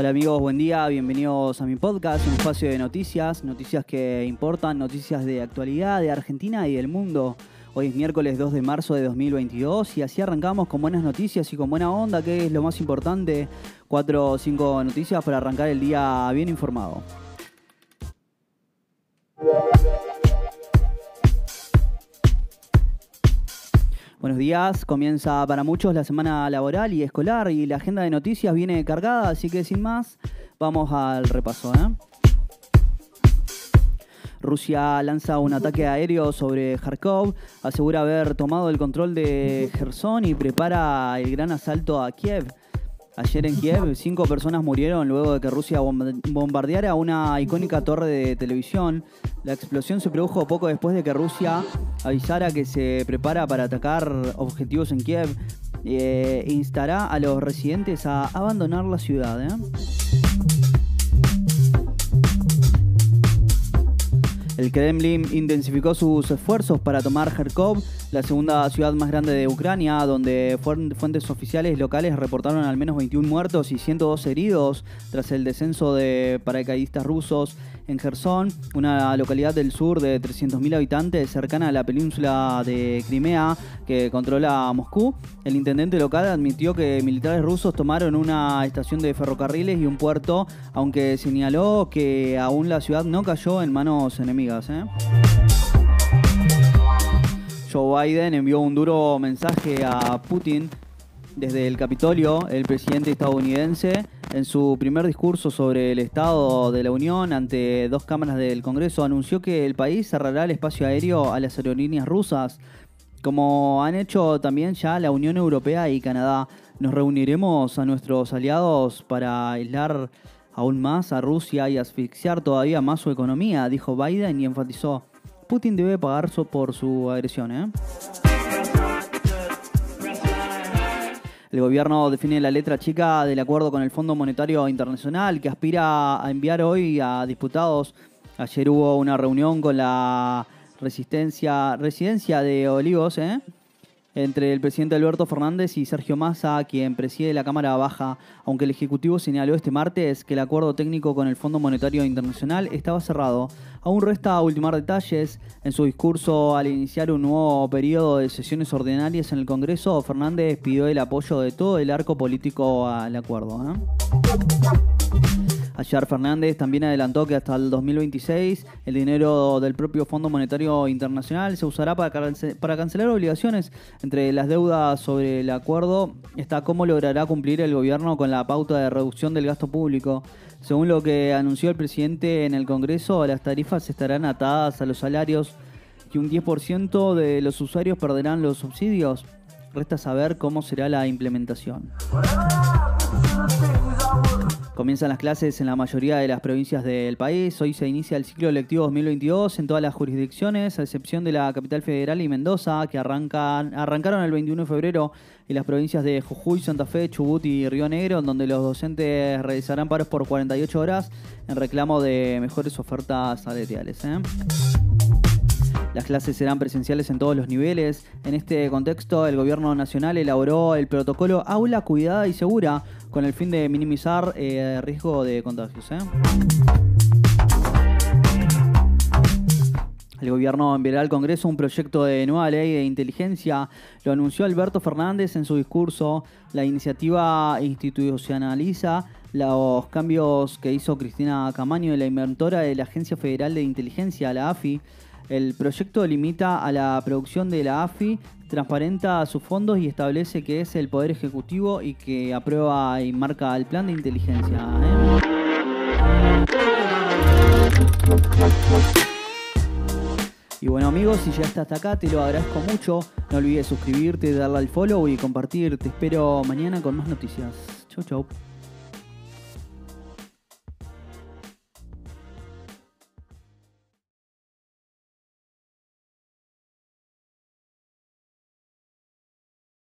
Hola amigos, buen día, bienvenidos a mi podcast, un espacio de noticias que importan, noticias de actualidad de Argentina y del mundo. Hoy es miércoles 2 de marzo de 2022 y así arrancamos con buenas noticias y con buena onda, que es lo más importante. 4 o 5 noticias para arrancar el día bien informado. Buenos días, comienza para muchos la semana laboral y escolar y la agenda de noticias viene cargada, así que sin más, vamos al repaso. Rusia lanza un ataque aéreo sobre Kharkov, asegura haber tomado el control de Jersón y prepara el gran asalto a Kiev. Ayer en Kiev, 5 personas murieron luego de que Rusia bombardeara una icónica torre de televisión. La explosión se produjo poco después de que Rusia avisara que se prepara para atacar objetivos en Kiev e instará a los residentes a abandonar la ciudad. El Kremlin intensificó sus esfuerzos para tomar Kharkov, la segunda ciudad más grande de Ucrania, donde fuentes oficiales locales reportaron al menos 21 muertos y 102 heridos tras el descenso de paracaidistas rusos en Jersón, una localidad del sur de 300.000 habitantes cercana a la península de Crimea que controla Moscú. El intendente local admitió que militares rusos tomaron una estación de ferrocarriles y un puerto, aunque señaló que aún la ciudad no cayó en manos enemigas. Joe Biden envió un duro mensaje a Putin desde el Capitolio. El presidente estadounidense, en su primer discurso sobre el Estado de la Unión ante 2 cámaras del Congreso, anunció que el país cerrará el espacio aéreo a las aerolíneas rusas, como han hecho también ya la Unión Europea y Canadá. Nos reuniremos a nuestros aliados para aislar aún más a Rusia y asfixiar todavía más su economía, dijo Biden y enfatizó: Putin debe pagar por su agresión. El gobierno define la letra chica del acuerdo con el Fondo Monetario Internacional, que aspira a enviar hoy a diputados. Ayer hubo una reunión con la residencia de Olivos, entre el presidente Alberto Fernández y Sergio Massa, quien preside la Cámara Baja, aunque el Ejecutivo señaló este martes que el acuerdo técnico con el Fondo Monetario Internacional estaba cerrado. Aún resta ultimar detalles. En su discurso al iniciar un nuevo periodo de sesiones ordinarias en el Congreso, Fernández pidió el apoyo de todo el arco político al acuerdo. Ayer Fernández también adelantó que hasta el 2026 el dinero del propio Fondo Monetario Internacional se usará para cancelar obligaciones. Entre las deudas sobre el acuerdo está cómo logrará cumplir el gobierno con la pauta de reducción del gasto público. Según lo que anunció el presidente en el Congreso, las tarifas estarán atadas a los salarios y un 10% de los usuarios perderán los subsidios. Resta saber cómo será la implementación. Comienzan las clases en la mayoría de las provincias del país. Hoy se inicia el ciclo lectivo 2022 en todas las jurisdicciones, a excepción de la Capital Federal y Mendoza, que arrancaron el 21 de febrero, y las provincias de Jujuy, Santa Fe, Chubut y Río Negro, donde los docentes realizarán paros por 48 horas en reclamo de mejores ofertas salariales. Las clases serán presenciales en todos los niveles. En este contexto, el Gobierno Nacional elaboró el protocolo Aula Cuidada y Segura con el fin de minimizar el riesgo de contagios. El Gobierno enviará al Congreso un proyecto de nueva ley de inteligencia. Lo anunció Alberto Fernández en su discurso. La iniciativa institucionaliza los cambios que hizo Cristina Camaño, la inventora de la Agencia Federal de Inteligencia, la AFI. El proyecto limita a la producción de la AFI, transparenta sus fondos y establece que es el Poder Ejecutivo y que aprueba y marca el plan de inteligencia. Y bueno amigos, si llegaste hasta acá te lo agradezco mucho. No olvides suscribirte, darle al follow y compartir. Te espero mañana con más noticias. Chau, chau.